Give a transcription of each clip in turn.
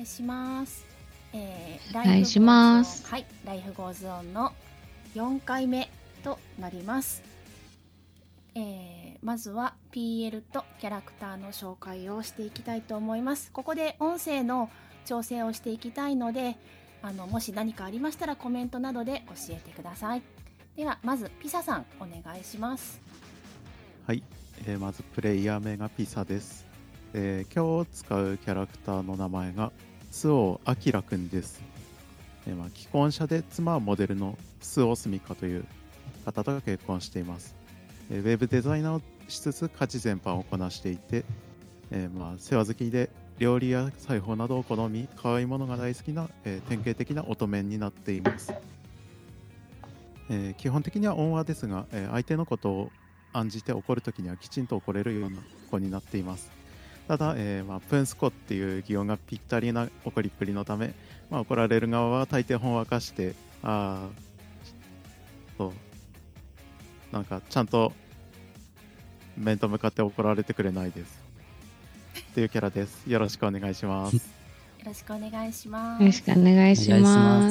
いします。 お願いします。 はい、ライフゴーズオンの4回目となります。まずは PL とキャラクターの紹介をしていきたいと思います。ここで音声の調整をしていきたいので、もし何かありましたらコメントなどで教えてください。ではまずピサさんお願いします。 はい、まずプレイヤー名がピサです。今日使うキャラクターの名前が周防明くんです。既婚者で妻はモデルの周防澄香という方と結婚しています。ウェブデザイナーをしつつ家事全般をこなしていて、世話好きで料理や裁縫などを好み、可愛いものが大好きな、典型的な乙女になっています。基本的には温和ですが、相手のことを案じて怒るときにはきちんと怒れるような子になっています。ただ、プンスコっていう擬音がぴったりな怒りっぷりのため、怒られる側は大抵ほんわかして、そうなんかちゃんと面と向かって怒られてくれないですっていうキャラです。よろしくお願いします。 よろしくお願いします。 よろしくお願いします。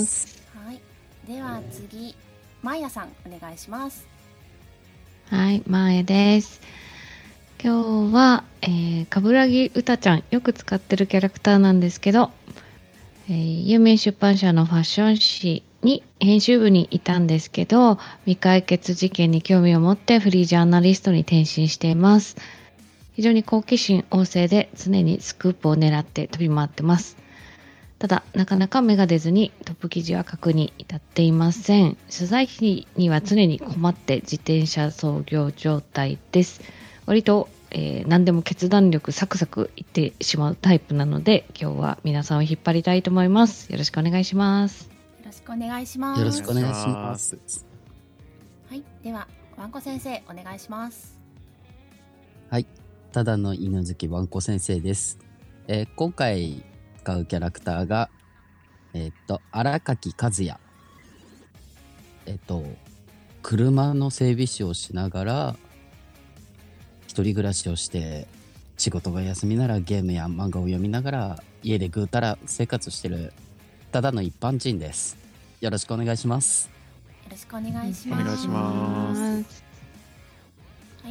はい、では次マーヤさんお願いします。 はい、マーヤです。今日は、冠城うたちゃん、よく使ってるキャラクターなんですけど、有名出版社のファッション誌に編集部にいたんですけど、未解決事件に興味を持ってフリージャーナリストに転身しています。非常に好奇心旺盛で常にスクープを狙って飛び回ってます。ただなかなか芽が出ずにトップ記事は書くに至っていません。取材費には常に困って自転車操業状態です。割と、何でも決断力サクサクいってしまうタイプなので、今日は皆さんを引っ張りたいと思います。よろしくお願いします。 よろしくお願いします。 よろしくお願いします。 はい、ではわんこ先生お願いします。 はい、ただの犬好きわんこ先生です。今回使うキャラクターが荒垣和也。車の整備士をしながら一人暮らしをして、仕事が休みならゲームや漫画を読みながら家でぐうたら生活してるただの一般人です。よろしくお願いします。 よろしくお願いします。 お願いします。 はい、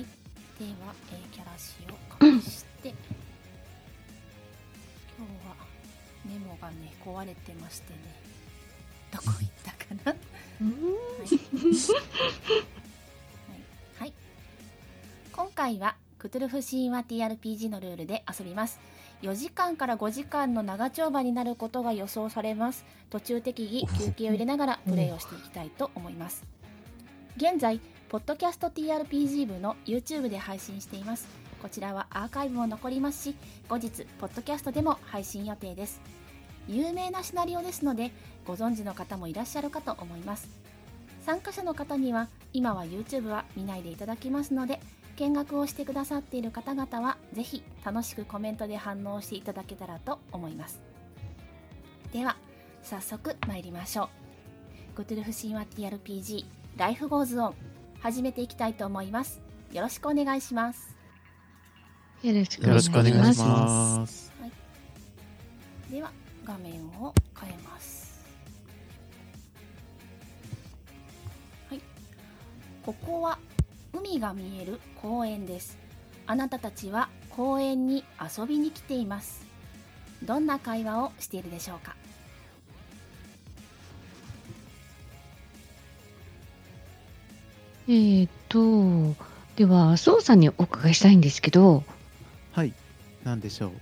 では、キャラ誌を隠して、今日はメモがね壊れてましてね、どこ行ったかな。はいはい、今回はクトゥルフ神話 TRPG のルールで遊びます。4時間から5時間の長丁場になることが予想されます。途中適宜休憩を入れながらプレイをしていきたいと思います。現在ポッドキャスト TRPG 部の YouTube で配信しています。こちらはアーカイブも残りますし、後日ポッドキャストでも配信予定です。有名なシナリオですのでご存知の方もいらっしゃるかと思います。参加者の方には今は YouTube は見ないでいただきますので、見学をしてくださっている方々はぜひ楽しくコメントで反応していただけたらと思います。では早速参りましょう。クトゥルフ神話 TRPG ライフゴーズオン始めていきたいと思います。よろしくお願いします。 よろしくよろしくお願いしお願いしま。 ますす。 はい、では画面を変えます。はい、ここは海が見える公園です。あなたたちは公園に遊びに来ています。どんな会話をしているでしょうか。 ではそうさんにお伺いしたいんですけど、 はい、なんでしょう。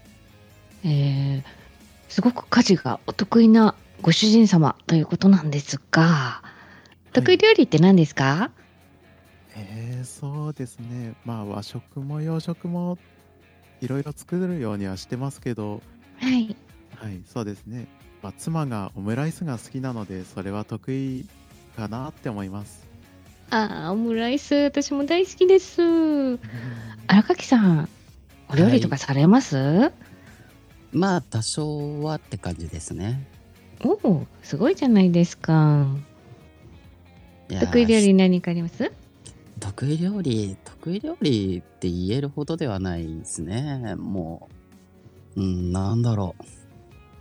すごく家事がお得意なご主人様ということなんですが、得意料理って何ですか？ そうですね。和食も洋食もいろいろ作るようにはしてますけど、 はい。 はい、そうですね。妻がオムライスが好きなので、それは得意かなって思います。 オムライス、私も大好きです。荒垣さん、お料理とかされます？ まあ多少はって感じですね。 おお、すごいじゃないですか。 いやー得意料理何かあります？ 得意料理って言えるほどではないですね。もう、なんだろう。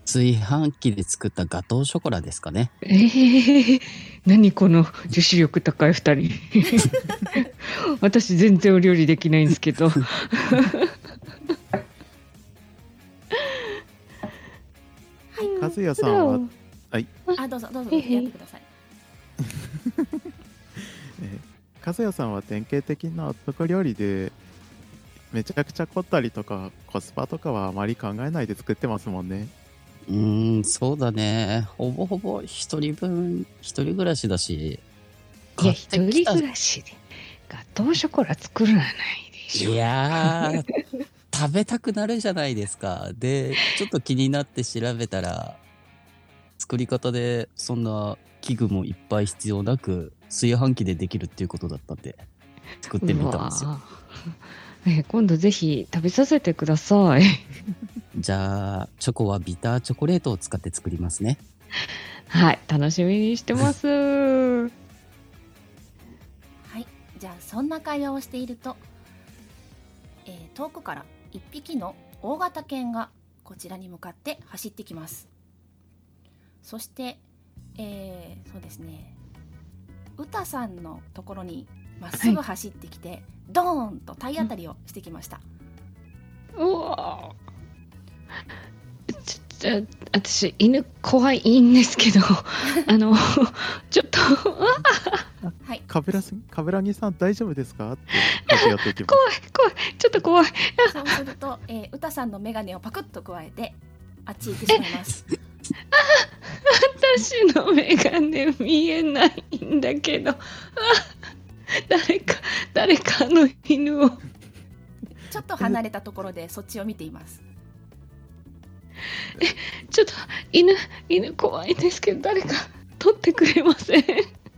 炊飯器で作ったガトーショコラですかね。 何この女子力高い二人。私全然お料理できないんですけど。 和也さんは、 どうぞやってください。 和也さんは典型的な男料理でめちゃくちゃ凝ったりとかコスパとかはあまり考えないで作ってますもんね。 そうだね。ほぼほぼ一人暮らしだし。 いや、一人暮らしでガトーショコラ作らないでしょ。 いやー、食べたくなるじゃないですか。で、ちょっと気になって調べたら、作り方でそんな器具もいっぱい必要なく、炊飯器でできるっていうことだったんで、作ってみたんですよ。 今度ぜひ食べさせてください。 じゃあ、チョコはビターチョコレートを使って作りますね。 はい、楽しみにしてます。 はい、じゃあそんな会話をしていると、遠くから一匹の大型犬がこちらに向かって走ってきます。そして、そうですね、うたさんのところにまっすぐ走ってきて、ドーンと体当たりをしてきました。 うわ私犬怖いんですけどちょっとはい、かぶらぎさん大丈夫ですかってやっていきます。 怖いちょっと怖い。 そうすると、うたさんのメガネをパクッと加えてあっち行ってしまいます。 私のメガネ見えないんだけど、誰かの犬をちょっと離れたところでそっちを見ています。 ちょっと犬怖いんですけど、誰か取ってくれません？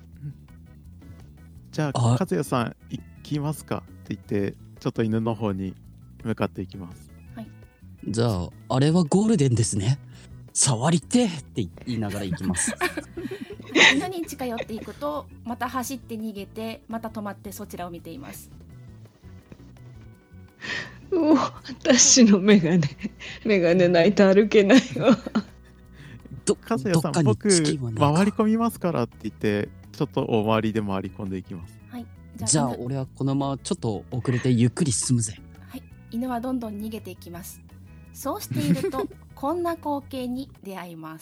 じゃあ和也さん行きますかって言ってちょっと犬の方に向かっていきます。 はい、 じゃああれはゴールデンですね。触りてって言いながら行きます。 犬に近寄っていくとまた走って逃げてまた止まってそちらを見ています。 私のメガネないと歩けないわ。 和也さん、僕回り込みますからって言ってちょっと大回りで回り込んでいきます。 はい、 じゃあ俺はこのままちょっと遅れてゆっくり進むぜ。 はい、犬はどんどん逃げていきます。そうしているとこんな光景に出会います。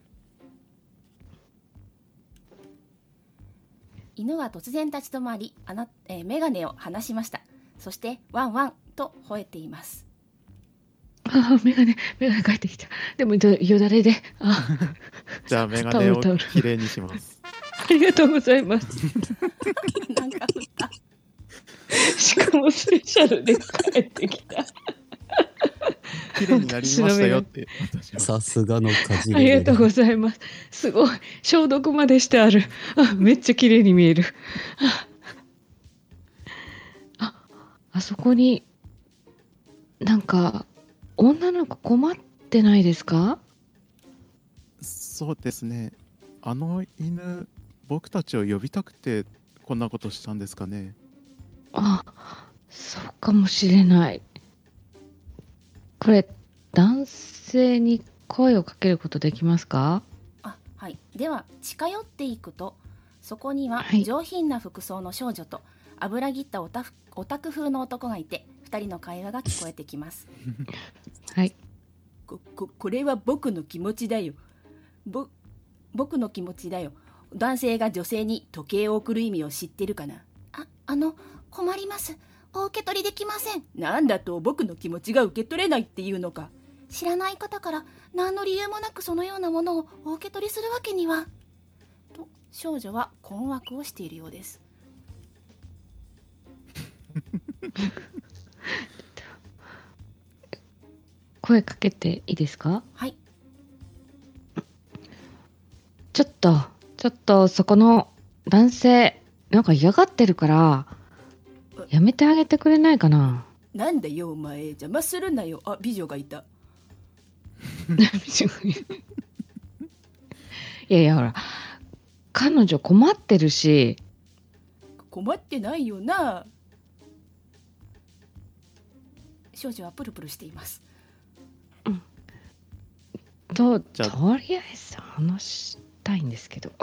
犬は突然立ち止まりメガネを離しました。そしてワンワンと吠えています。 メガネ帰ってきた。でもよだれで。 じゃあメガネをきれいにします。 ありがとうございます。 なんか振った。 しかもスペシャルで帰ってきた。 きれいになりましたよって。 さすがのかじり。 ありがとうございます。すごい消毒までしてある。めっちゃ綺麗に見える。あそこになんか女の子困ってないですか？ そうですね。あの犬僕たちを呼びたくてこんなことしたんですかね。 そうかもしれない。これ男性に声をかけることできますか？ はい、では近寄っていくとそこには上品な服装の少女と油ぎったオタク風の男がいて2人の会話が聞こえてきます。 はい。 これは僕の気持ちだよ。僕の気持ちだよ。男性が女性に時計を送る意味を知ってるかな？困ります。お受け取りできません。なんだと僕の気持ちが受け取れないっていうのか。知らない方から何の理由もなくそのようなものをお受け取りするわけには。と少女は困惑をしているようです。 声かけていいですか？ はい。 ちょっとそこの男性なんか嫌がってるからやめてあげてくれないかな。 なんだよお前、邪魔するなよ。美女がいた。 いやほら彼女困ってるし。 困ってないよな。少女はプルプルしています。 とじゃあとりあえず話したいんですけど。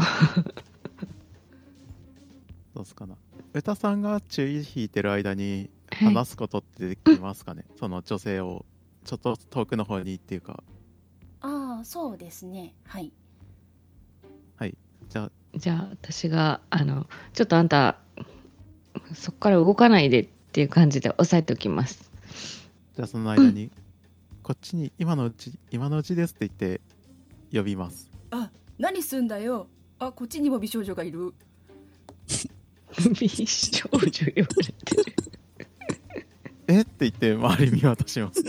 どうすかな。歌さんが注意引いてる間にはい話すことってできますかね、その女性をちょっと遠くの方にっていうか。 ああ、そうですね。はい。 はい。じゃあ、 じゃあ私がちょっとあんたそこから動かないでっていう感じで押さえておきます。 その間に、こっちに今のうちですって言って呼びます。 あ、何すんだよ。あ、こっちにも美少女がいる。 美少女言われてる。 えって言って周り見渡します。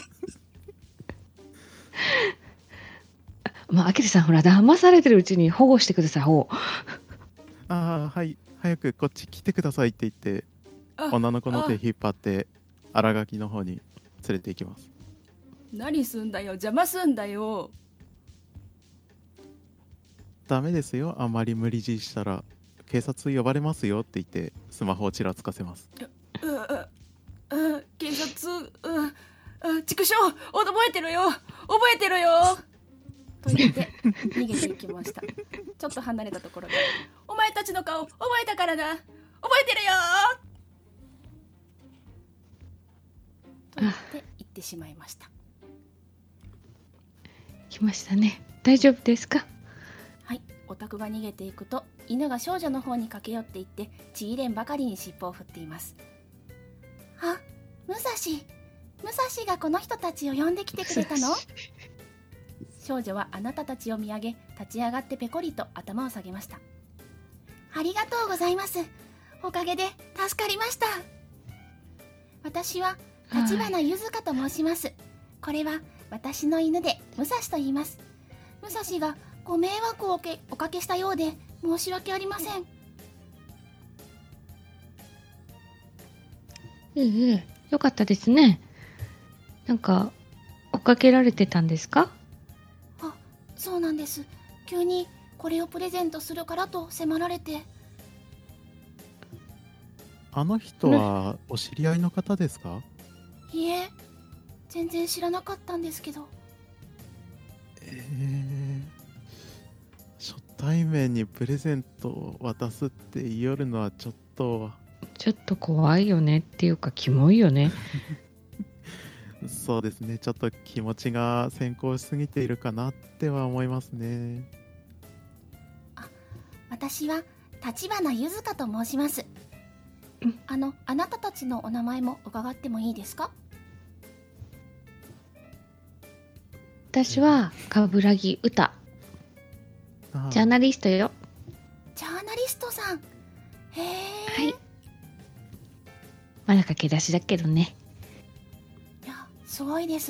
まあ、あきりさん、ほら、騙されてるうちに保護してください、保護。 ああ、はい、早くこっち来てくださいって言って、 あ、 女の子の手あ引っ張って新垣の方に連れて行きます。 何すんだよ。邪魔すんだよ。 ダメですよ、あんまり無理強いしたら警察呼ばれますよって言ってスマホをちらつかせます。 警察、畜生、覚えてるよ。覚えてるよ。 と言って逃げていきました。ちょっと離れたところで、 お前たちの顔覚えたからな。覚えてるよ。 と言って行ってしまいました。 来ましたね。大丈夫ですか？ はい、オタクが逃げていくと、犬が少女の方に駆け寄っていって、ちぎれんばかりに尻尾を振っています。あ、武蔵がこの人たちを呼んできてくれたの？少女はあなたたちを見上げ、立ち上がってペコリと頭を下げました。ありがとうございます。おかげで助かりました。私は立花ゆずかと申します。これは私の犬で武蔵と言います。武蔵がご迷惑をおかけしたようで申し訳ありません。 よかったですね。なんか追っかけられてたんですか？ あ、そうなんです。急にこれをプレゼントするからと迫られて。 あの人はお知り合いの方ですか？ いいえ、全然知らなかったんですけど。 初対面にプレゼントを渡すって言い寄るのはちょっと怖いよねっていうかキモいよね。 そうですね、ちょっと気持ちが先行しすぎているかなっては思いますね。 私は立花ゆずかと申します。あなたたちのお名前も伺ってもいいですか？ 私は冠城歌、ジャーナリストよ。 ジャーナリストさん。へえ。 はい。まだ駆け出しだけどね。 いや、すごいです。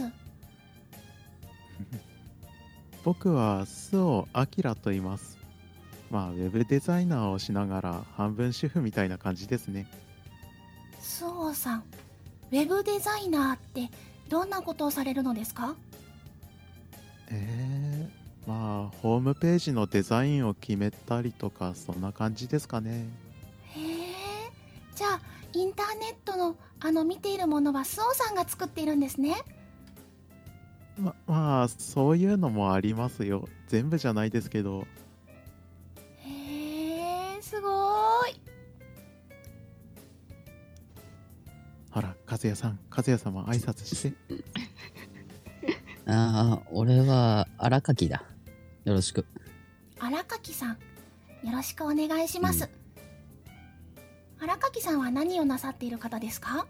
僕は周防明と言います。まあウェブデザイナーをしながら半分主婦みたいな感じですね。 周防さん、ウェブデザイナーってどんなことをされるのですか？ まあホームページのデザインを決めたりとか、そんな感じですかね。 へえ。じゃあインターネットの見ているものは周防さんが作っているんですね。 まあそういうのもありますよ。全部じゃないですけど。 へえ、すごーい。 ほら、和也様挨拶して。 俺は荒垣だ。よろしく。 荒垣さん、よろしくお願いします。荒垣さんは何をなさっている方ですか？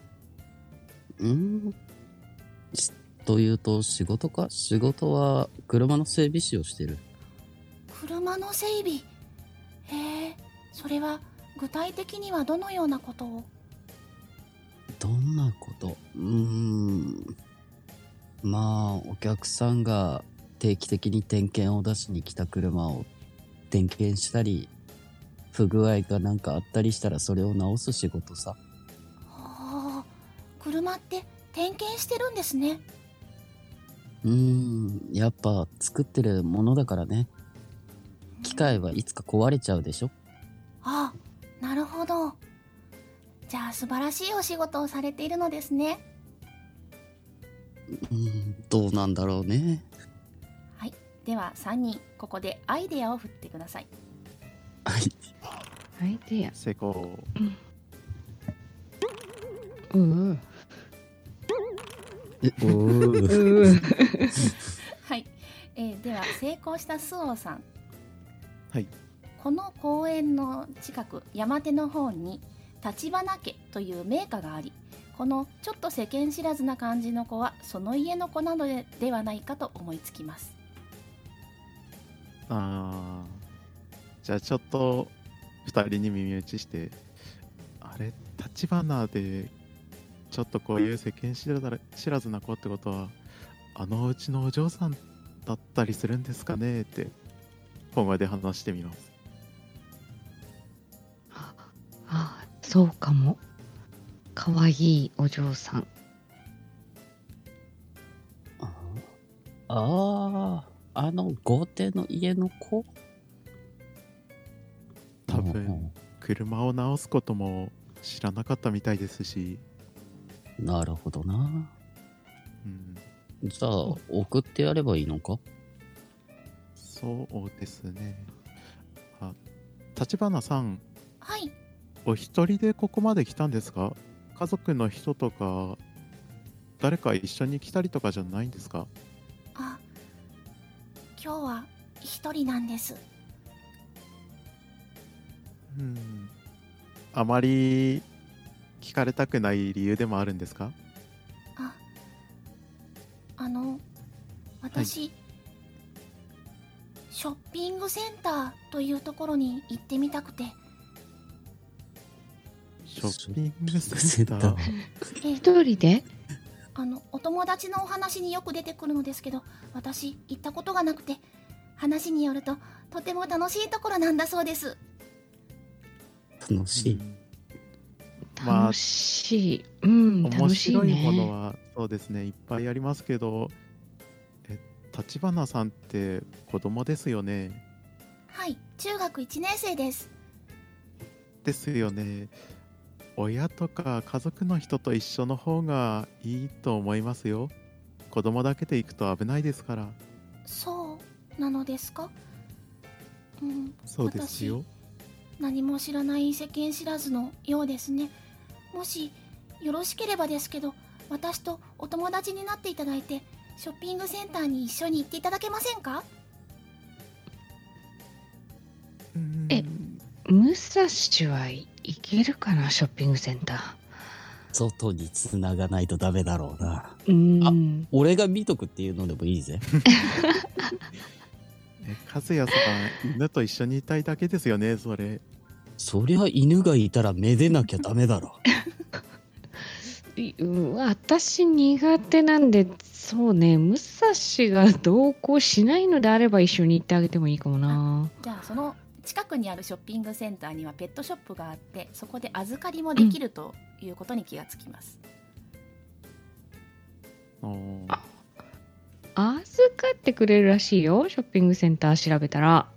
というと仕事か？仕事は車の整備士をしてる。 車の整備。へえ、それは具体的にはどのようなことを？ どんなこと？まあお客さんが定期的に点検を出しに来た車を点検したり、不具合がなんかあったりしたらそれを直す仕事さ。 はあ、車って点検してるんですね。 やっぱ作ってるものだからね。機械はいつか壊れちゃうでしょ。 ああ、なるほど。じゃあ素晴らしいお仕事をされているのですね。 どうなんだろうね。 はい、 では3人ここでアイデアを振ってください。 はい。 アイデア。 成功。 うーおー。 うーはい、では成功したスオさん、 はい。 この公園の近く山手の方に立花家という名家があり、このちょっと世間知らずな感じの子はその家の子なのではないかと思いつきます。 じゃあちょっと2人に耳打ちして、あれ、立花でちょっとこういう世間知らずな子ってことは、あのうちのお嬢さんだったりするんですかねって今後で話してみます。 あ、そうかも。かわいいお嬢さん。 あの豪邸の家の子。 多うん分車を直すことも知らなかったみたいですし、 なるほどな。 うん、 じゃあ送ってやればいいのか。 そうですね。立花さん、 はい、 お一人でここまで来たんですか？家族の人とか誰か一緒に来たりとかじゃないんですか？ あ、今日は一人なんです。 あまり聞かれたくない理由でもあるんですか？ 私、ショッピングセンターというところに行ってみたくて。 ショッピングセンター。 一人で？ お友達のお話によく出てくるのですけど、私行ったことがなくて、話によるととても楽しいところなんだそうです。 楽しい。 まあ楽しい。うん、 面楽しい白いものね。 はそうですね、いっぱいありますけど、立花さんって子供ですよね。 はい、中学1年生です。 ですよね。親とか家族の人と一緒の方がいいと思いますよ。子供だけで行くと危ないですから。 そうなのですか？ そうですよ。 何も知らない世間知らずのようですね。もしよろしければですけど、私とお友達になっていただいて、ショッピングセンターに一緒に行っていただけませんか？ え武蔵はいけるかな、ショッピングセンター。 外に繋がないとダメだろうな。俺が見とくっていうのでもいいぜ。 和也さん、犬と一緒にいたいだけですよね、それ。 そりゃ犬がいたらめでなきゃダメだろ。 私苦手なんで、そうね、武蔵が同行しないのであれば一緒に行ってあげてもいいかもな。 じゃあその近くにあるショッピングセンターにはペットショップがあって、そこで預かりもできるということに気がつきます。 預かってくれるらしいよ、ショッピングセンター調べたら。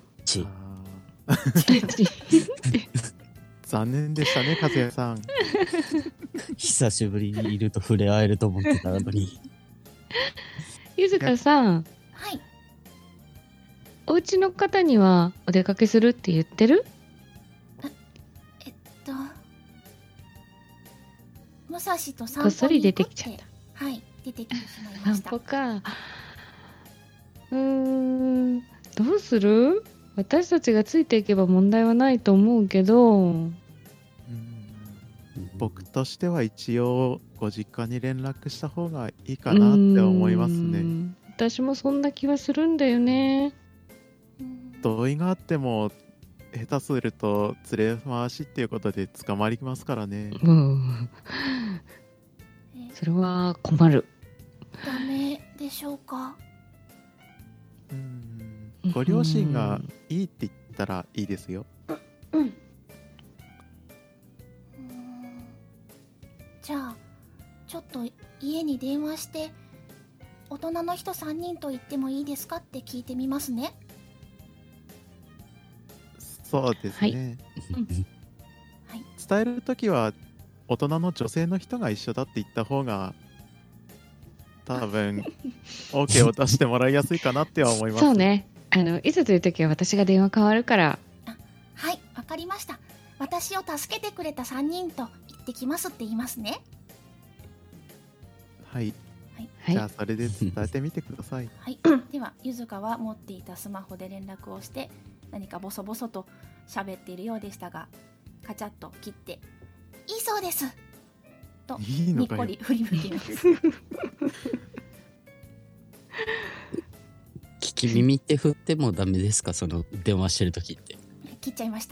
残念でしたね、和也さん。 久しぶりにいると触れ合えると思ってたのに。 ゆずかさん、 はい、 お家の方にはお出かけするって言ってる？ 武蔵と散歩に行くって。 こっそり出てきちゃった。 はい、出てきてしまいました。 散歩か。どうする？私たちがついていけば問題はないと思うけど。 僕としては一応ご実家に連絡した方がいいかなって思いますね。 私もそんな気はするんだよね。 同意があっても下手すると連れ回しっていうことで捕まりますからね。 それは困る。 ダメでしょうか？ ご両親がいいって言ったらいいですよ。 じゃあちょっと家に電話して大人の人3人と言ってもいいですかって聞いてみますね。 そうですね、はい、伝えるときは大人の女性の人が一緒だって言った方が多分 OK を出してもらいやすいかなっては思います。 そうね。いざという時は私が電話変わるから。 はい、わかりました。私を助けてくれた3人と行ってきますって言いますね。 はい、 はいじゃあそれで伝えてみてください。 はい、ではゆずかは持っていたスマホで連絡をして何かボソボソと喋っているようでしたが、カチャッと切っていいそうですといいのかよにっこり振り向きます。 聞き耳って振ってもダメですか、その電話してる時って。 切っちゃいました。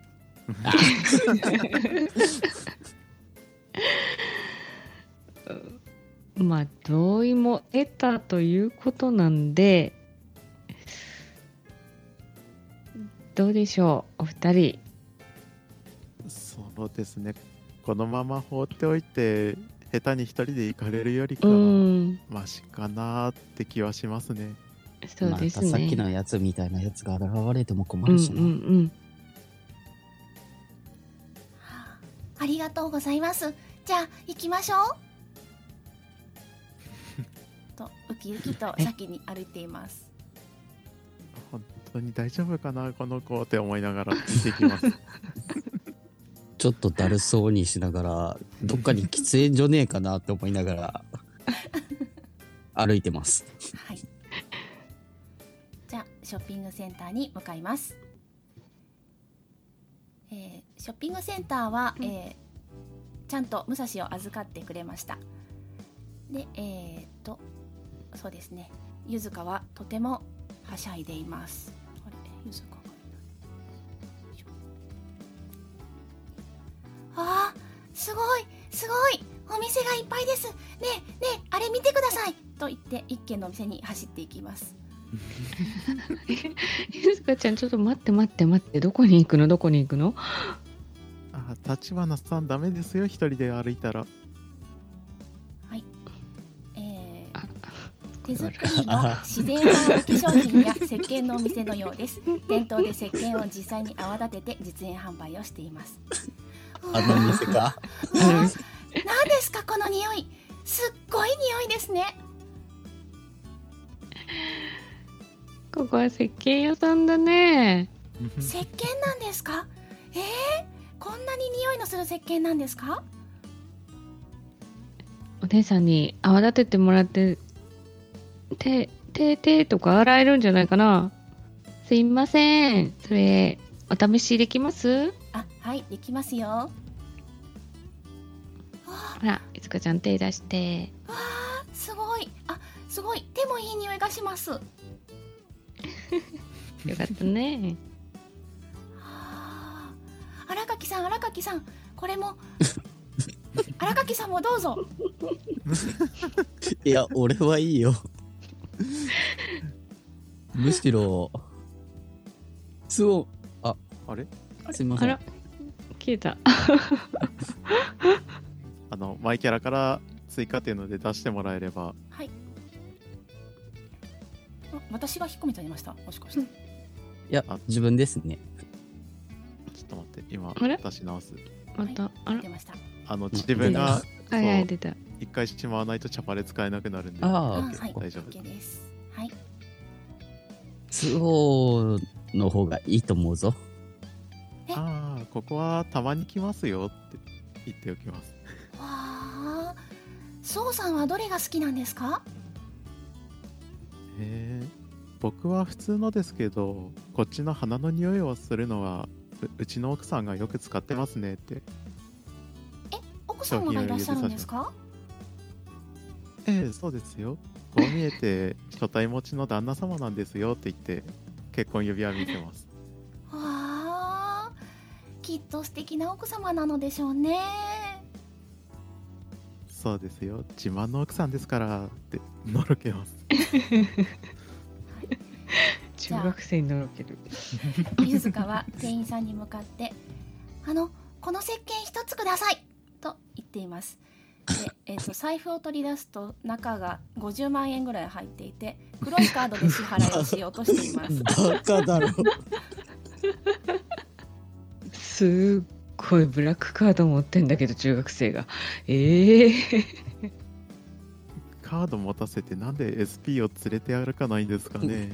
まあ同意も得たということなんで、どうでしょうお二人。 そうですね、このまま放っておいて下手に一人で行かれるよりかうはん、 マシかなって気はしますね。 そうですね。 またさっきのやつみたいなやつが現れても困うんうんるしな。 ありがとうございます。じゃあ行きましょう。とウキウキと先に歩いています。 本当に大丈夫かなこの子って思いながら見ていきます。 ちょっとだるそうにしながら、どっかに喫煙所ねえかなって思いながら歩いてます。 はい。じゃあショッピングセンターに向かいます。ショッピングセンターは、ちゃんと武蔵を預かってくれました。で、そうですね。ゆずかはとてもはしゃいでいます。あれ、ゆずかがいない。あー、すごいすごい、お店がいっぱいです。ねえねえ、あれ見てくださいと言って一軒のお店に走っていきます。 ゆずかちゃん、ちょっと待って待って待って、どこに行くのどこに行くの？ あ、立花さんダメですよ、一人で歩いたら。 はい。 あ手作りの自然派化粧品や石鹸のお店のようです。店頭で石鹸を実際に泡立てて実演販売をしています。 あの店か。 何ですかこの匂い。すっごい匂いですね。 ここは石鹸屋さんだね。 石鹸なんですか？こんなに匂いのする石鹸なんですか？ お姉さんに泡立ててもらって手とか洗えるんじゃないかな。すいません、それお試しできます？ あ、はい、できますよ。 ほら、いつかちゃん手出して。 わー、すごい。あ、すごい。手もいい匂いがします。 よかったね。 荒垣さん、荒垣さん、これも荒垣さんもどうぞ。 いや、俺はいいよ。むしろ、そう、 あれすいません。 あら、消えた。 マイキャラから追加っていうので出してもらえれば。 はい。私が引っ込めちゃいました。もしかして。 いや、自分ですね。 ちょっと待って、今あれ出し直す。 また、あら出、ました。 自分がはいはい、出た。 一回しまわないとチャパレ使えなくなるんで。 ああ、 はい、 大丈夫 OK です。はい。 そうの方がいいと思うぞ。 ああ、ここはたまに来ますよって言っておきます。 わあ、そうさんはどれが好きなんですか？ 僕は普通のですけど、こっちの花の匂いをするのはうちの奥さんがよく使ってますねって。 奥様がいらっしゃるんですか？ そうですよ。こう見えて書体持ちの旦那様なんですよって言って結婚指輪見てます。 わあ、きっと素敵な奥様なのでしょうね。 そうですよ。自慢の奥さんですからってのろけます。 中学生にのろける。 ゆずかは店員さんに向かってこの石鹸一つくださいと言っています。で、財布を取り出すと中が50万円ぐらい入っていて、黒いカードで支払いをしようとしています。 バカだろ。 すっごいブラックカード持ってんだけど、中学生が。 カード持たせてなんで SP を連れて歩かないんですかね。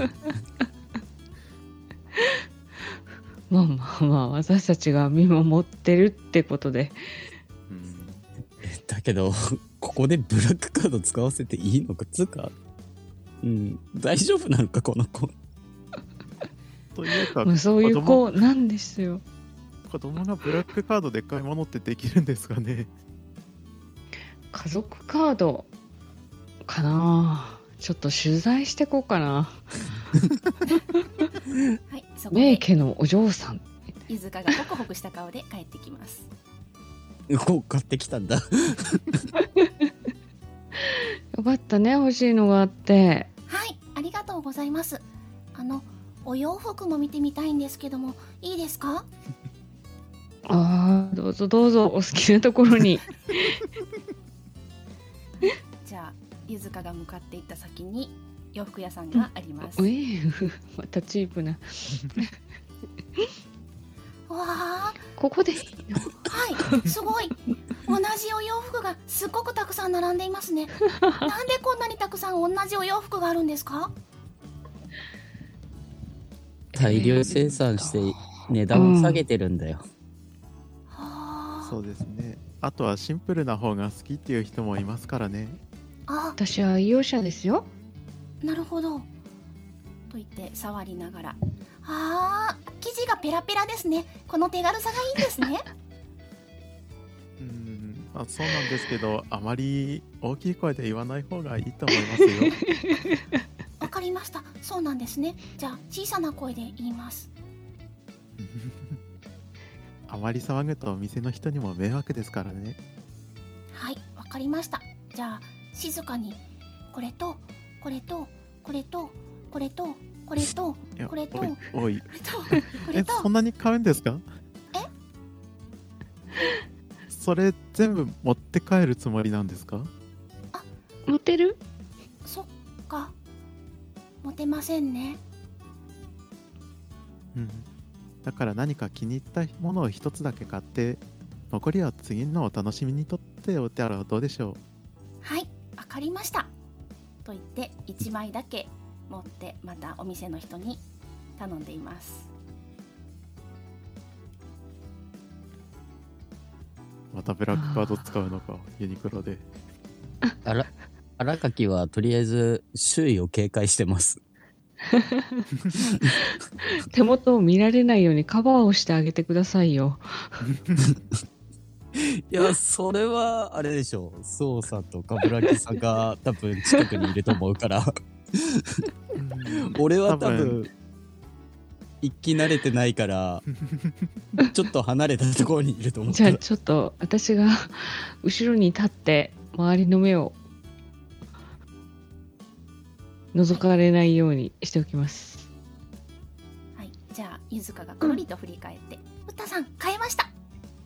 まあまあまあ、私たちが見守ってるってことで。 うん、 だけど、ここでブラックカード使わせていいのか、つうか、大丈夫なのか、この子。 というか、 まあ、そういう子なんですよ。 子供がブラックカードで買い物ってできるんですかね。 家族カードかな。ちょっと取材してこうかな。 はい、そこ名で家のお嬢さん。 ゆずかがホクホクした顔で帰ってきます。 こう買ってきたんだ。 よかったね、欲しいのがあって。 はい、ありがとうございます。お洋服も見てみたいんですけども、いいですか？ ああ、どうぞどうぞ、お好きなところに。 じゃあゆずかが向かっていった先に洋服屋さんがあります。 またチープな。 わあ、 ここでいいの？ はい、すごい。同じお洋服がすっごくたくさん並んでいますね。なんでこんなにたくさん同じお洋服があるんですか？ 大量生産して値段を下げてるんだよ。 はあ、 そうですね。あとはシンプルな方が好きっていう人もいますからね。 あ、 私は愛用者ですよ。 なるほど。と言って触りながら、あー、生地がペラペラですね。この手軽さがいいんですね。 そうなんですけど、あまり大きい声で言わない方がいいと思いますよ。 わかりました。そうなんですね。じゃあ小さな声で言います。 あまり騒ぐとお店の人にも迷惑ですからね。 はい、わかりました。じゃあ静かに、これとこれとこれとこれとこれといやこれとおいおい、 これとこれとそんなに買うんですか？それ全部持って帰るつもりなんですか？ 持ってる？ そっか、持てませんね。 だから何か気に入ったものを一つだけ買って、残りは次のお楽しみにとっておいてあらどうでしょう。 はい、わかりました。と言って1枚だけ持ってまたお店の人に頼んでいます。 またブラックカード使うのか、ユニクロで。 荒垣はとりあえず周囲を警戒してます。 手元を見られないようにカバーをしてあげてくださいよ。 いや、それはあれでしょう。そうさんと冠城さんが多分近くにいると思うから。俺は多分一気慣れてないからちょっと離れたところにいると思うから。 じゃあちょっと私が後ろに立って周りの目を覗かれないようにしておきます。 はい、じゃあゆずかがくるりと振り返って、うったさん買えました。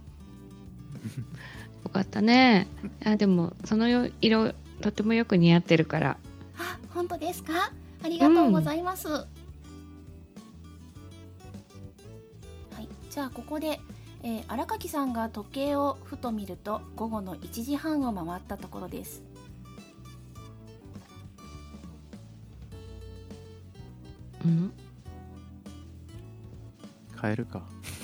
よかったね。でもその色とてもよく似合ってるから。 あ、本当ですか？ありがとうございます。はい、じゃあここで、荒垣さんが時計をふと見ると午後の1時半を回ったところです。 買えるか。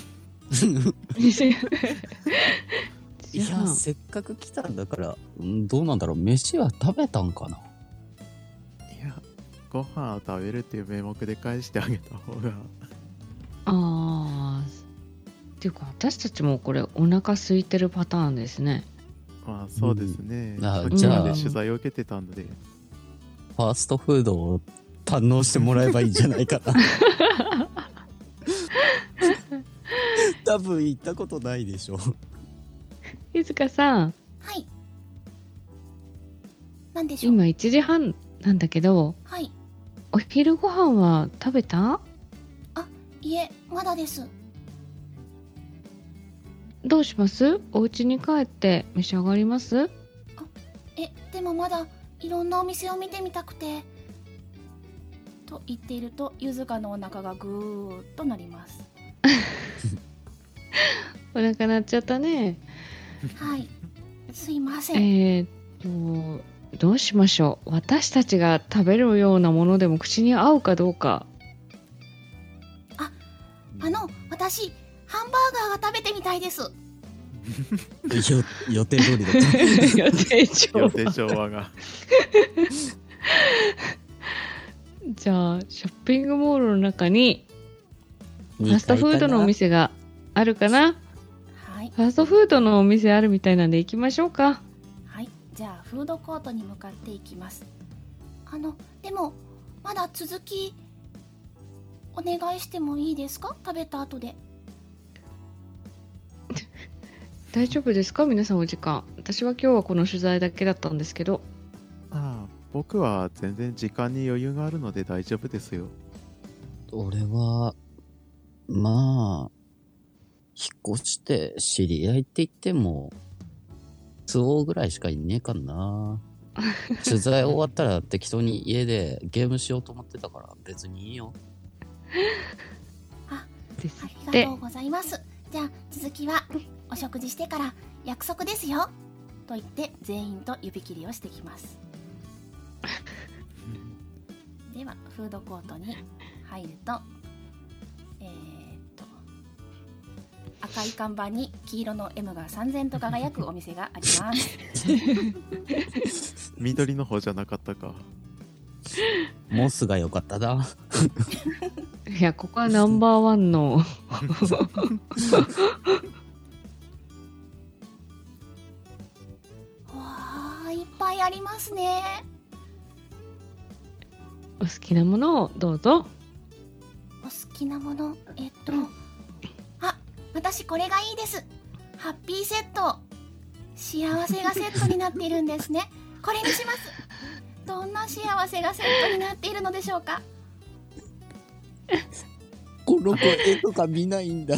いや、せっかく来たんだから、どうなんだろう。飯は食べたんかな。 いや、ご飯を食べるっていう名目で返してあげた方が。 っていうか私たちもこれお腹空いてるパターンですね。 まあそうですね。 さっきまで取材を受けてたので、 ファーストフードを堪能してもらえばいいんじゃないかな。多分行ったことないでしょ。 ゆずかさん、 はい。なんでしょう。 今1時半なんだけど、 はい。 お昼ご飯は食べた？ いえ、まだです。 どうします？お家に帰って召し上がります？ でもまだいろんなお店を見てみたくて。と言っていると、ゆずかのお腹がぐーっとなります。 お腹鳴っちゃったね。 はい。すいません。 どうしましょう。私たちが食べるようなものでも口に合うかどうか。 私ハンバーガーが食べてみたいです。 予定通りだった。 予定調和予定調和が。 じゃあショッピングモールの中にファストフードのお店があるかな。 はい、 ファストフードのお店あるみたいなんで行きましょうか。 はい、じゃあフードコートに向かっていきます。でもまだ続きお願いしてもいいですか？食べた後で。 大丈夫ですか皆さん、お時間。私は今日はこの取材だけだったんですけど。 僕は全然時間に余裕があるので大丈夫ですよ。 俺は、まあ、引っ越して知り合いって言っても、都合ぐらいしかいねえかな。取材終わったら適当に家でゲームしようと思ってたから別にいいよ。 ですありがとうございます。じゃあ続きはお食事してから約束ですよと言って全員と指切りをしてきます。ではフードコートに入ると、赤い看板に黄色の M が3000と輝くお店があります。 緑の方じゃなかったか。 モスが良かったな。 いや、ここはナンバーワンのわー、いっぱいありますね。 お好きなものをどうぞ。 お好きなもの、私これがいいです。ハッピーセット。幸せがセットになっているんですね。これにします。どんな幸せがセットになっているのでしょうか。 この子絵とか見ないんだ。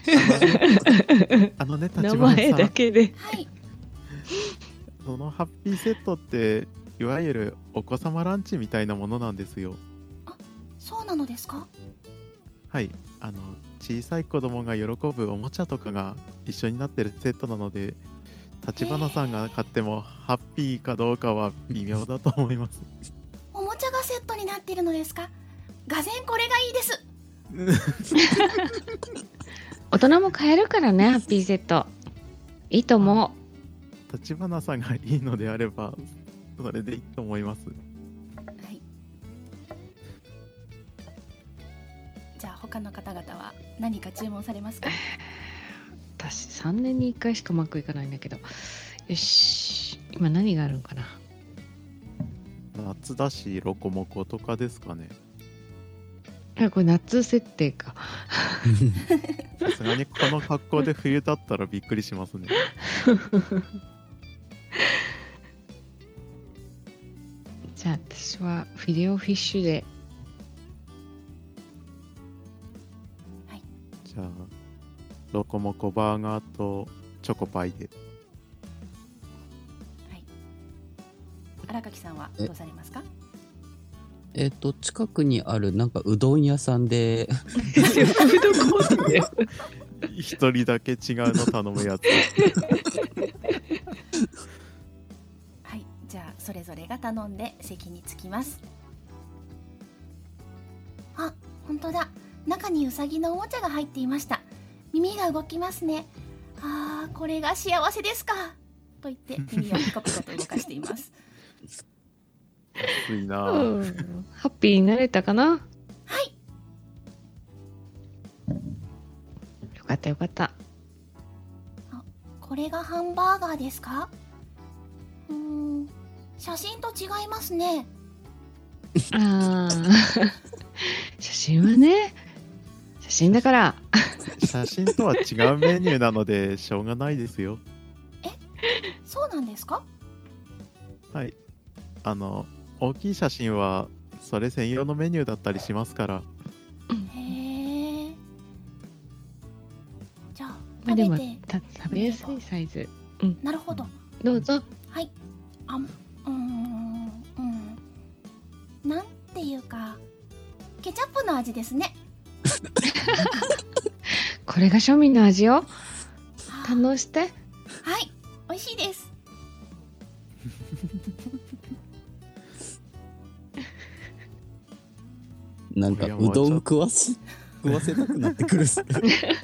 名立花前さん、 だけで。 はい。 そのハッピーセットっていわゆるお子様ランチみたいなものなんですよ。 そうなのですか？ はい、小さい子供が喜ぶおもちゃとかが一緒になってるセットなので、立花さんが買ってもハッピーかどうかは微妙だと思います。 おもちゃがセットになっているのですか？がぜんこれがいいです。 大人も買えるからね、ハッピーセット。いいと思う。 立花さんがいいのであればそれでいいと思います。 はい。じゃあ他の方々は何か注文されますか？ 私3年に1回しかマック行かないんだけど。よし、今何があるんかな。 夏だしロコモコとかですかね。 いや、これ夏設定か。 さすがにこの格好で冬だったらびっくりしますね。 じゃあ私はフィレオフィッシュで。 じゃあロコモコバーガーとチョコパイで。 荒垣さんはどうされますか？ 近くにあるなんかうどん屋さんで一人だけ違うの頼むやつ。 はい、じゃあそれぞれが頼んで席に着きます。あ、本当だ。中にウサギのおもちゃが入っていました。耳が動きますね。あー、これが幸せですかと言って耳をピコピコと動かしています。 安いなうん、ハッピーになれたかな。 はい。 よかったよかった。 これがハンバーガーですか？写真と違いますね。 あー写真はね、写真だから。 写真とは違うメニューなのでしょうがないですよ。 そうなんですか？ はい、大きい写真はそれ専用のメニューだったりしますから。 へえ。じゃあまあでも食べて。 食べやすいサイズ。 なるほど。 どうぞ。 はい。なんていうかケチャップの味ですね。 これが庶民の味よ。 は堪能して。 はい、美味しいです。 なんかうどん食わせたくなってくるっす。 ちょ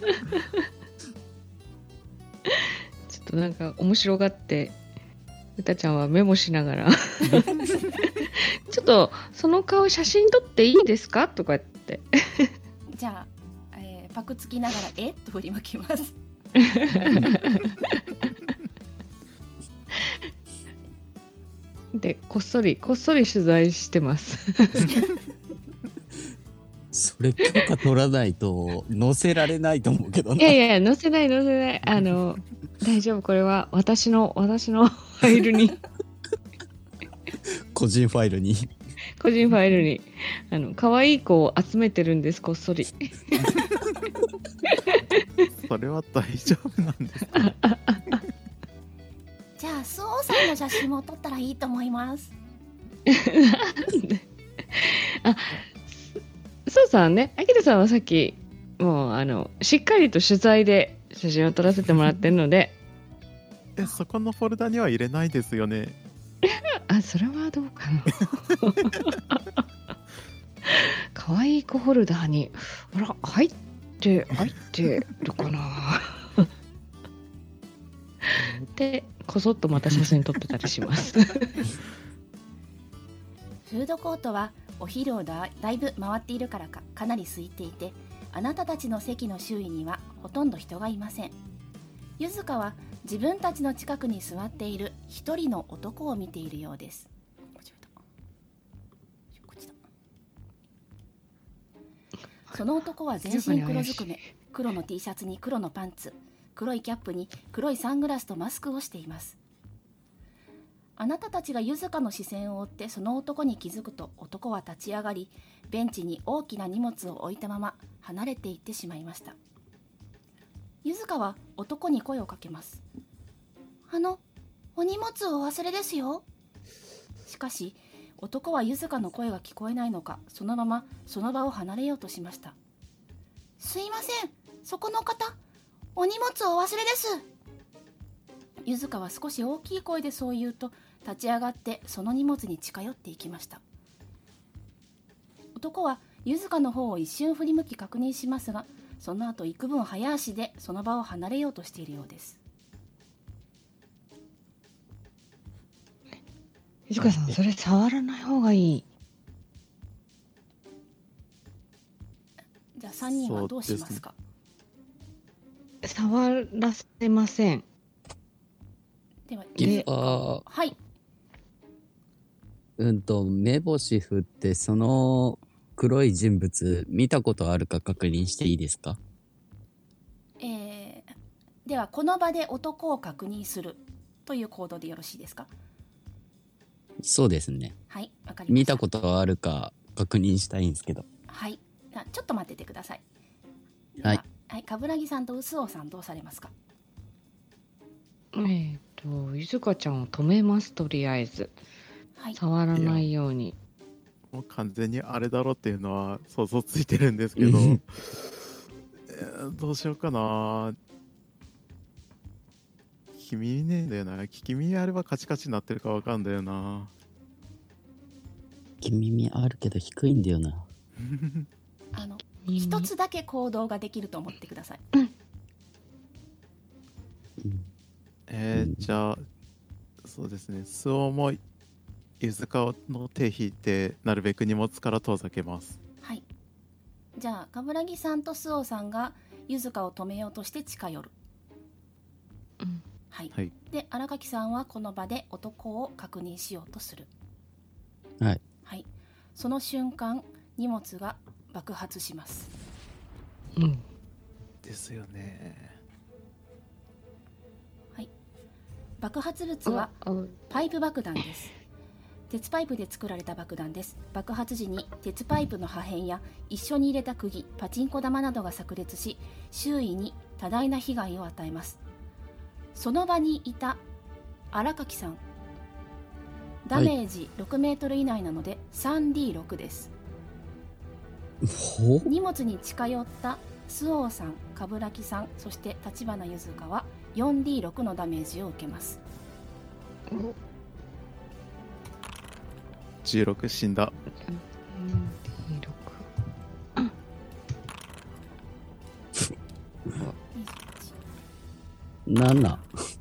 っとなんか面白がってうたちゃんはメモしながらちょっとその顔写真撮っていいですかとかってじゃあ、パクつきながら「えっ?」と振り向きますでこっそり取材してますそれ許可取らないと載せられないと思うけどな。 いや載せない大丈夫、これは私のファイルに個人ファイルに可愛い子を集めてるんです、こっそり。 それは大丈夫なんですか？ じゃあスオーさんの写真も撮ったらいいと思いますそうさんね、アキラさんはさっきもうしっかりと取材で写真を撮らせてもらってるのでそこのフォルダには入れないですよね。 それはどうかな可愛い子ホルダーに入ってるかなでこそっとまた写真撮ってたりしますフードコートはお昼をだいぶ回っているからかなり空いていて、あなたたちの席の周囲にはほとんど人がいません。ゆずかは自分たちの近くに座っている一人の男を見ているようです。その男は全身黒ずくめ、黒の T シャツに黒のパンツ、黒いキャップに黒いサングラスとマスクをしています。あなたたちがゆずかの視線を追ってその男に気づくと、男は立ち上がり、ベンチに大きな荷物を置いたまま離れていってしまいました。ゆずかは男に声をかけます。お荷物をお忘れですよ。しかし男はゆずかの声が聞こえないのか、そのままその場を離れようとしました。すいません、そこの方、お荷物をお忘れです。ゆずかは少し大きい声でそう言うと、立ち上がってその荷物に近寄っていきました。男はゆずかの方を一瞬振り向き確認しますが、その後幾分早足でその場を離れようとしているようです。 ゆずかさん、それ触らない方がいい。 じゃあ3人はどうしますか？ 触らせません。 でははい。 目星振ってその黒い人物見たことあるか確認していいですか？ ではこの場で男を確認するという行動でよろしいですか？ そうですね。 はい、わかりました。 見たことあるか確認したいんですけど。 はい、ちょっと待っててください。 はい。 はい、冠城さんと薄尾さんどうされますか？ ゆずかちゃんを止めます、とりあえず。 はい、 触らないように。 もう完全にあれだろうっていうのは想像ついてるんですけどどうしようかな。聞き耳ねえんだよな。聞き耳あればカチカチになってるかわかんだよな。 聞き耳あるけど低いんだよな。 一つだけ行動ができると思ってください。 じゃあそうですね、スオもゆずかの手引いてなるべく荷物から遠ざけます。 はい、じゃあ冠城さんとスオさんがゆずかを止めようとして近寄る。はい、はい、で荒垣さんはこの場で男を確認しようとする。 はい、 はい、その瞬間荷物が爆発します。 ですよね。 はい、爆発物はパイプ爆弾です。鉄パイプで作られた爆弾です。爆発時に鉄パイプの破片や一緒に入れた釘、パチンコ玉などが炸裂し、周囲に多大な被害を与えます。その場にいた荒垣さん、ダメージ6メートル以内なので 3D6 です。荷物に近寄ったスオーさん、冠城さん、そして立花ゆずかは 4D6 のダメージを受けます。 16死んだ。 7。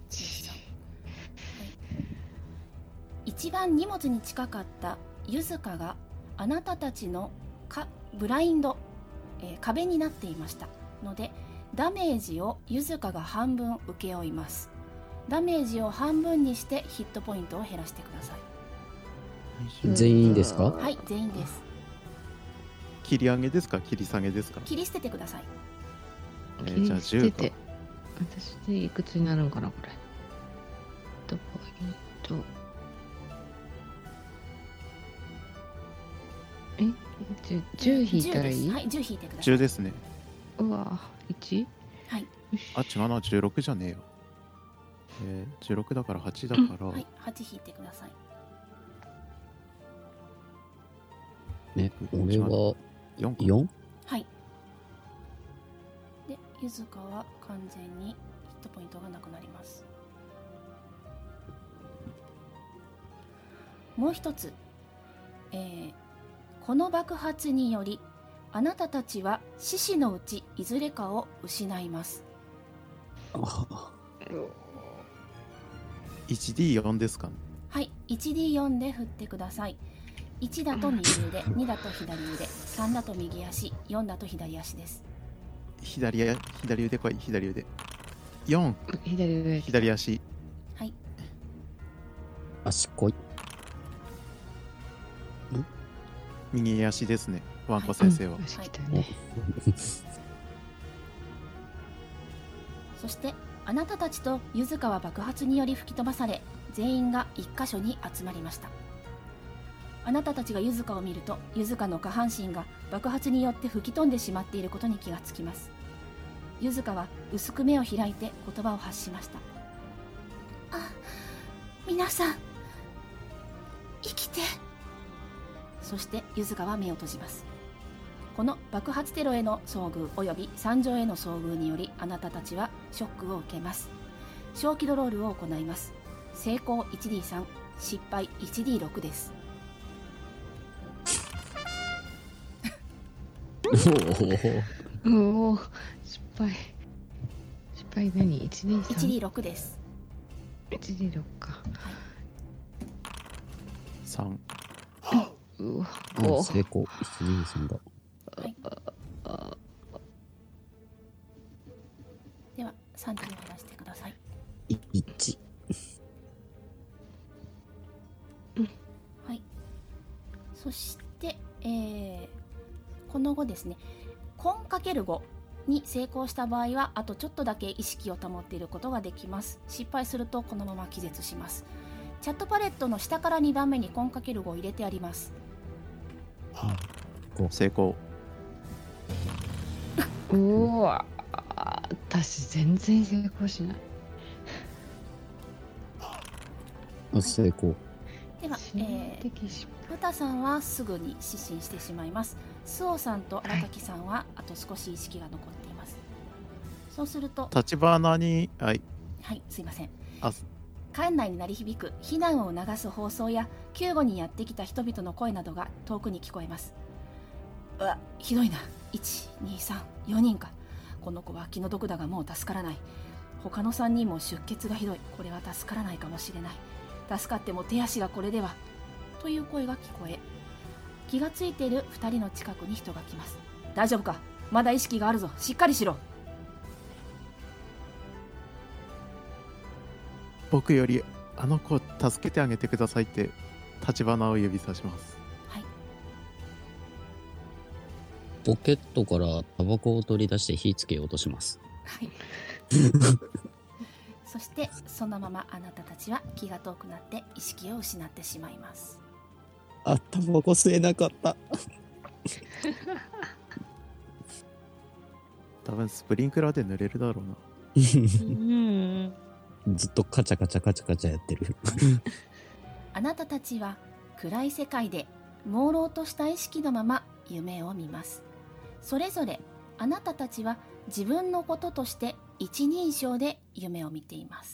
一番荷物に近かったゆずかがあなたたちのブラインド、壁になっていましたので、ダメージをゆずかが半分請け負います。ダメージを半分にしてヒットポイントを減らしてください。 全員ですか？ はい、全員です。 切り上げですか切り下げですか？ 切り捨ててください。 じゃあ10か。 私でいくつになるんかなこれ。ポイント。10引いたらいい？ はい、10引いてください。 10ですね。 うわ、1？ はい。 あ、違うな、16じゃねえよ。16だから8だから。 はい、8引いてください。 ね、俺は 4？ はい。で、ゆずかは完全にヒットポイントがなくなります。もう一つ、この爆発によりあなたたちは獅子のうちいずれかを失います。 1D4 ですかね。 はい、1D4 で振ってください。1だと右腕、2だと左腕、3だと右足、4だと左足です。 左腕来い、左腕。4、 左腕。 左足。 はい。 足来い。 右足ですね、ワンコ先生は。 足来たね。 そしてあなたたちとゆずかは爆発により吹き飛ばされ、全員が一箇所に集まりました。あなたたちがゆずかを見ると、ゆずかの下半身が爆発によって吹き飛んでしまっていることに気がつきます。ゆずかは薄く目を開いて言葉を発しました。あ、皆さん生きて。そしてゆずかは目を閉じます。この爆発テロへの遭遇および惨状への遭遇により、あなたたちはショックを受けます。小気度ロールを行います。成功 1D3、 失敗 1D6 です。 おお、失敗何？ 1D3？ 1D6 です。 1D6 か。 3。 うわ、 成功 1D3 だ。 はい、では3点を減らしてください。 1。 はい。そして、この後ですね、コン×5に成功した場合はあとちょっとだけ意識を保っていることができます。失敗するとこのまま気絶します。チャットパレットの下から2番目にコン×5を入れてあります。 成功。 うわ、私全然成功しない。 成功。 では、ルタさんはすぐに失神してしまいます。スオさんと荒垣さんはあと少し意識が残っています。そうすると立花に、はい、 すいません。館内に鳴り響く避難を促す放送や救護にやってきた人々の声などが遠くに聞こえます。うわ、ひどいな。1、2、3、4人か。この子は気の毒だがもう助からない。他の3人も出血がひどい。これは助からないかもしれない。助かっても手足がこれでは。という声が聞こえ、気がついている2人の近くに人が来ます。大丈夫か？まだ意識があるぞ。しっかりしろ。 僕よりあの子を助けてあげてくださいって立花を指さします。 はい。 ポケットからタバコを取り出して火つけようとします。 はい。そしてそのままあなたたちは気が遠くなって意識を失ってしまいます。 あ、タバコ吸えなかった。 多分スプリンクラーで濡れるだろうな。 ずっとカチャカチャカチャカチャやってる。 あなたたちは暗い世界で朦朧とした意識のまま夢を見ます。それぞれあなたたちは自分のこととして一人称で夢を見ています。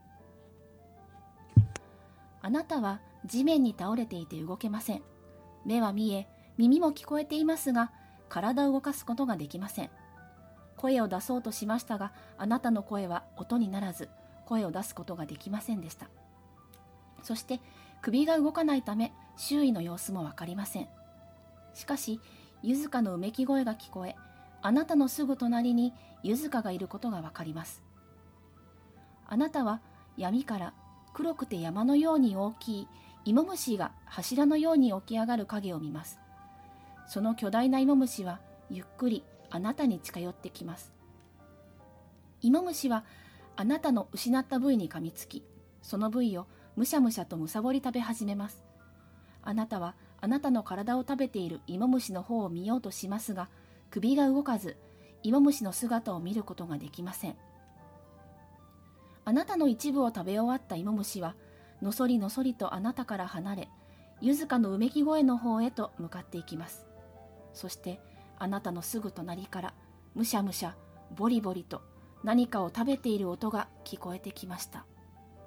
あなたは地面に倒れていて動けません。目は見え、耳も聞こえていますが、体を動かすことができません。 声を出そうとしましたが、あなたの声は音にならず、声を出すことができませんでした。そして首が動かないため、周囲の様子もわかりません。しかしゆずかのうめき声が聞こえ、あなたのすぐ隣にゆずかがいることがわかります。あなたは闇から黒くて山のように大きい芋虫が柱のように起き上がる影を見ます。その巨大な芋虫はゆっくりあなたに近寄ってきます。芋虫はあなたの失った部位に噛みつき、その部位をむしゃむしゃとむさぼり食べ始めます。あなたはあなたの体を食べている芋虫の方を見ようとしますが、首が動かず、芋虫の姿を見ることができません。あなたの一部を食べ終わった芋虫は、のそりのそりとあなたから離れ、ゆずかのうめき声の方へと向かっていきます。そしてあなたのすぐ隣から、むしゃむしゃ、ボリボリと何かを食べている音が聞こえてきました。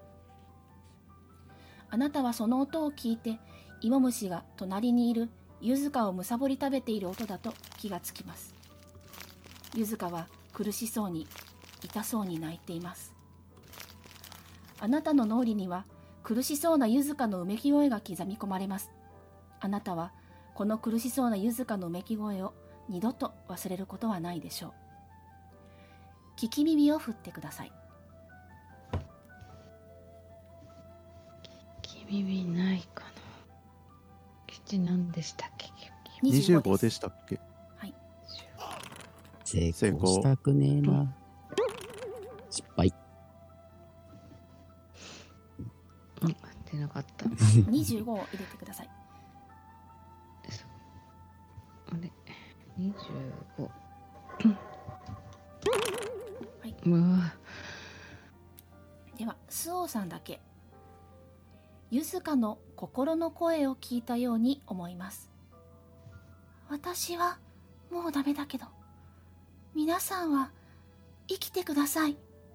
あなたはその音を聞いて、芋虫が隣にいるゆずかをむさぼり食べている音だと気がつきます。ゆずかは苦しそうに、痛そうに泣いています。あなたの脳裏には苦しそうなゆずかのうめき声が刻み込まれます。あなたはこの苦しそうなゆずかのうめき声を二度と忘れることはないでしょう。聞き耳を振ってください。 聞き耳ないかな。吉何でしたっけ。 25でしたっけ。 はい。 成功したくねえな。失敗。 出なかった。 25を入れてください。 あれ、25。 はい。 うわ。 では、スオさんだけ、ゆずかの心の声を聞いたように思います。私はもうダメだけど、皆さんは生きてください。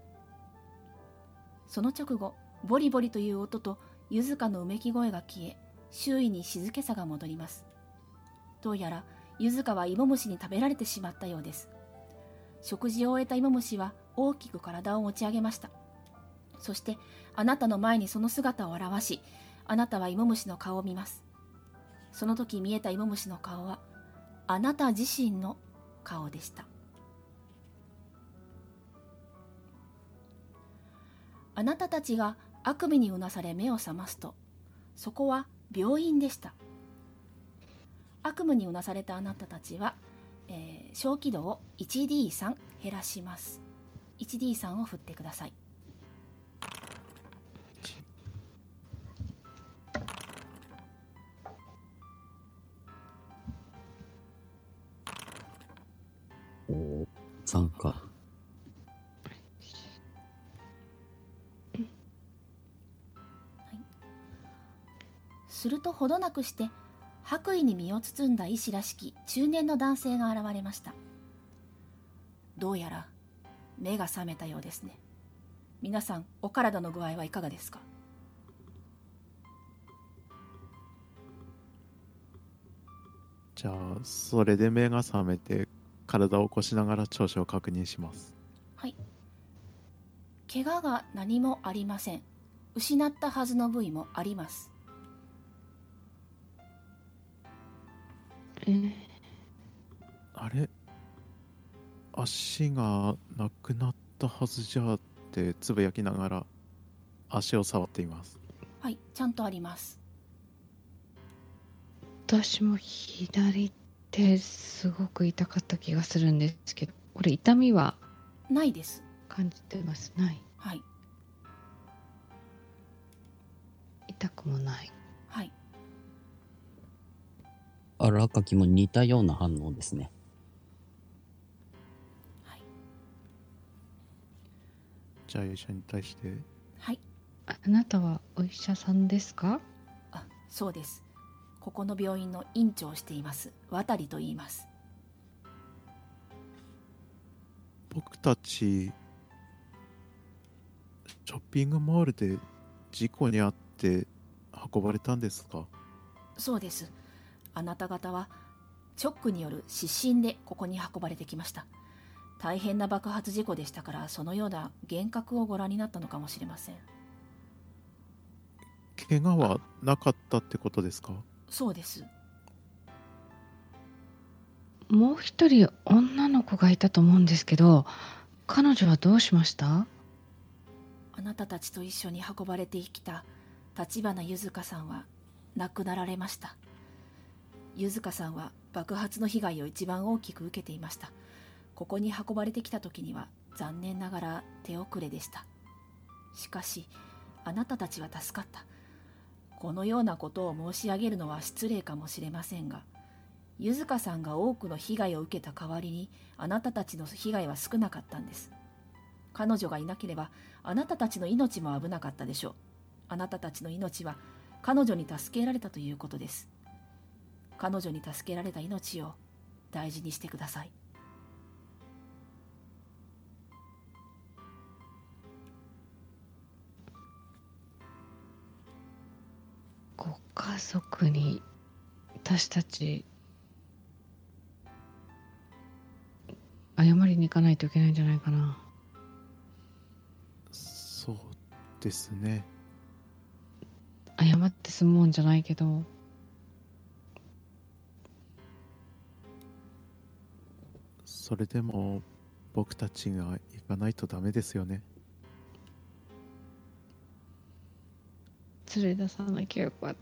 その直後、ボリボリという音とゆずかのうめき声が消え、周囲に静けさが戻ります。どうやらゆずかは芋虫に食べられてしまったようです。食事を終えた芋虫は大きく体を持ち上げました。そしてあなたの前にその姿を現し、あなたは芋虫の顔を見ます。その時見えた芋虫の顔はあなた自身の顔でした。あなたたちが悪夢にうなされ目を覚ますと、そこは病院でした。悪夢にうなされたあなたたちは、小気度を 1D3 減らします。 1D3 を振ってください。 お3か。 するとほどなくして白衣に身を包んだ医師らしき中年の男性が現れました。どうやら目が覚めたようですね。皆さん、お体の具合はいかがですか？ じゃあそれで目が覚めて体を起こしながら調子を確認します。 はい。怪我が何もありません。失ったはずの部位もあります。 あれ、足がなくなったはずじゃってつぶやきながら足を触っています。 はい、ちゃんとあります。 私も左手すごく痛かった気がするんですけど、これ痛みはないです。 感じてます。ない。 はい。 痛くもない。 はい。 荒垣も似たような反応ですね。 はい。 じゃあ医者に対して、 はい。 あなたはお医者さんですか？ あ、そうです。ここの病院の院長をしています渡と言います。 僕たちショッピングモールで事故に遭って運ばれたんですか？ そうです。あなた方はショックによる失神でここに運ばれてきました。 大変な爆発事故でしたから、そのような幻覚をご覧になったのかもしれません。 怪我はなかったってことですか？ そうです。 もう一人女の子がいたと思うんですけど、彼女はどうしました？ あなたたちと一緒に運ばれてきた立花柚香さんは亡くなられました。柚香さんは爆発の被害を一番大きく受けていました。ここに運ばれてきた時には残念ながら手遅れでした。しかしあなたたちは助かった。このようなことを申し上げるのは失礼かもしれませんが、柚香さんが多くの被害を受けた代わりにあなたたちの被害は少なかったんです。彼女がいなければあなたたちの命も危なかったでしょう。あなたたちの命は彼女に助けられたということです。彼女に助けられた命を大事にしてください。 ご家族に私たち謝りに行かないといけないんじゃないかな。 そうですね。 謝って済むもんじゃないけど。 それでも僕たちが行かないとダメですよね。 連れ出さなきゃよかった。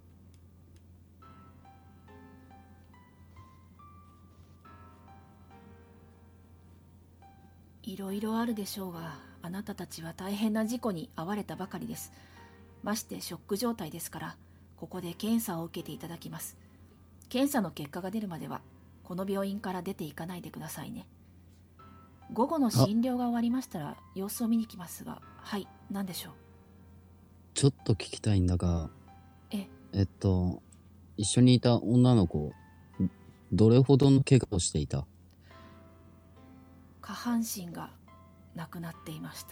いろいろあるでしょうが、あなたたちは大変な事故に遭われたばかりです。ましてショック状態ですから、ここで検査を受けていただきます。検査の結果が出るまではこの病院から出ていかないでくださいね。午後の診療が終わりましたら様子を見に来ますが。はい、何でしょう？ ちょっと聞きたいんだが、 え一緒にいた女の子、どれほどの怪我をしていた？ 下半身がなくなっていました。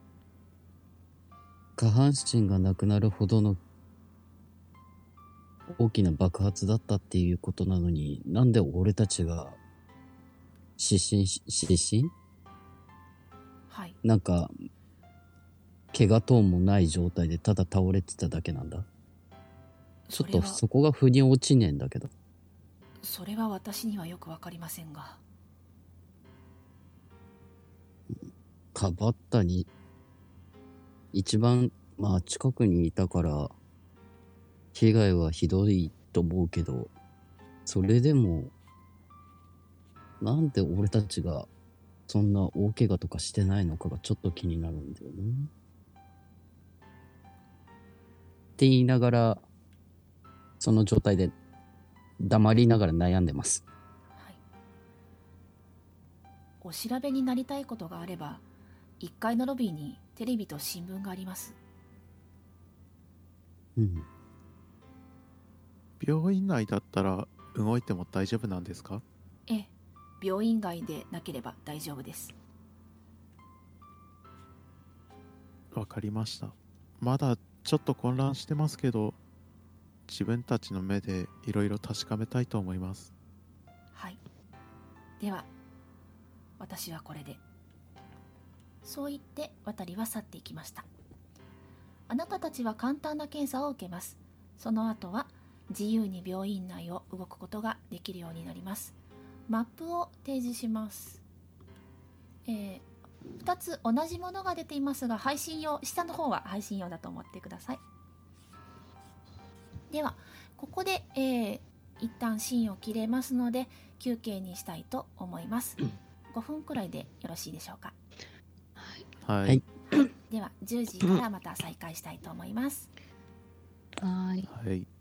下半身がなくなるほどの大きな爆発だったっていうことなのに、なんで俺たちが失神はい。 なんか怪我等もない状態でただ倒れてただけなんだ。ちょっとそこが腑に落ちねえんだけど。 それは私にはよくわかりませんが。 かばったに一番近くにいたから被害はひどいと思うけど、それでもなんで俺たちがそんな大怪我とかしてないのかがちょっと気になるんだよね。って言いながらその状態で黙りながら悩んでます。 はい。お調べになりたいことがあれば、1階のロビーにテレビと新聞があります。 うん。 病院内だったら動いても大丈夫なんですか？ ええ、病院外でなければ大丈夫です。 わかりました。まだちょっと混乱してますけど、自分たちの目でいろいろ確かめたいと思います。 はい。では私はこれで。そう言って渡りは去っていきました。あなたたちは簡単な検査を受けます。その後は自由に病院内を動くことができるようになります。マップを提示します。2つ同じものが出ていますが、配信用、下の方は配信用だと思ってください。ではここで、一旦シーンを切れますので休憩にしたいと思います。5分くらいでよろしいでしょうか？ はい。 はい。 では10時からまた再開したいと思います。 はい。 はい。